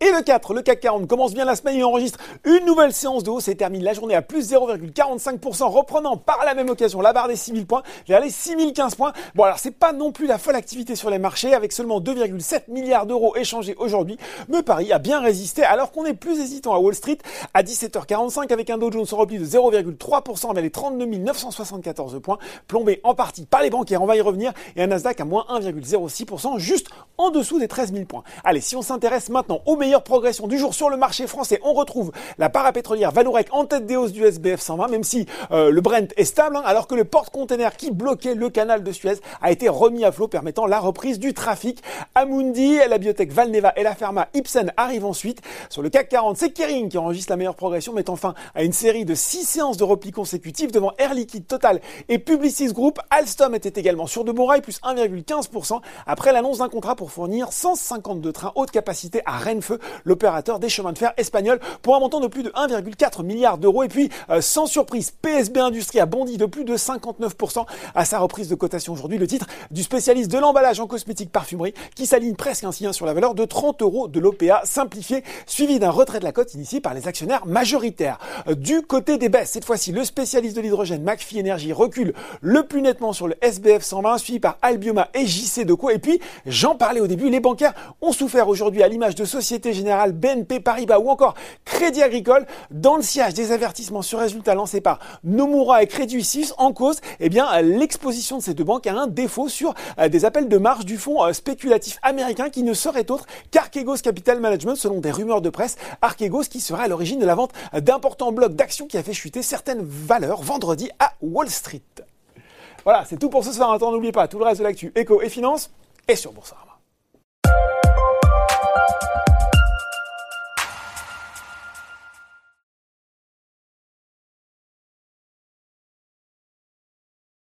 Et le 4, le CAC 40 commence bien la semaine, il enregistre une nouvelle séance de hausse et termine la journée à plus 0,45%, reprenant par la même occasion la barre des 6000 points vers les 6015 points. Bon, alors c'est pas non plus la folle activité sur les marchés, avec seulement 2,7 milliards d'euros échangés aujourd'hui, mais Paris a bien résisté alors qu'on est plus hésitant à Wall Street à 17h45 avec un Dow Jones en repli de 0,3% vers les 32 974 points, plombé en partie par les bancaires, on va y revenir, et un Nasdaq à moins 1,06%, juste en dessous des 13 000 points. Allez, si on s'intéresse maintenant aux meilleures progressions du jour sur le marché français, on retrouve la parapétrolière Vallourec en tête des hausses du SBF 120, même si le Brent est stable, alors que le porte-container qui bloquait le canal de Suez a été remis à flot, permettant la reprise du trafic. Amundi, la biotech Valneva et la pharma Ipsen arrivent ensuite. Sur le CAC 40, c'est Kering qui enregistre la meilleure progression, mettant fin à une série de 6 séances de repli consécutives devant Air Liquide, Total et Publicis Group. Alstom était également sur de bons rails, plus 1,15% après l'annonce d'un contrat pour fournir 152 trains haute capacité à Rennes-Feu, l'opérateur des chemins de fer espagnols, pour un montant de plus de 1,4 milliard d'euros. Et puis, sans surprise, PSB Industrie a bondi de plus de 59% à sa reprise de cotation aujourd'hui. Le titre du spécialiste de l'emballage en cosmétique parfumerie qui s'aligne presque ainsi sur la valeur de 30 euros de l'OPA simplifié, suivi d'un retrait de la cote initié par les actionnaires majoritaires. Du côté des baisses, cette fois-ci, le spécialiste de l'hydrogène McPhy Energy recule le plus nettement sur le SBF 120, suivi par Albioma et JC Deco. Et puis, j'en parlais au début, les bancaires ont souffert aujourd'hui à l'image de Société Générale, BNP Paribas ou encore Crédit Agricole, dans le sillage des avertissements sur résultats lancés par Nomura et Crédit Suisse. En cause, l'exposition de ces deux banques a un défaut sur des appels de marge du fonds spéculatif américain qui ne serait autre qu'Archegos Capital Management, selon des rumeurs de presse. Archegos qui serait à l'origine de la vente d'importants blocs d'actions qui a fait chuter certaines valeurs vendredi à Wall Street. Voilà, c'est tout pour ce soir. Attends, n'oubliez pas, tout le reste de l'actu éco et finance est sur Boursorama.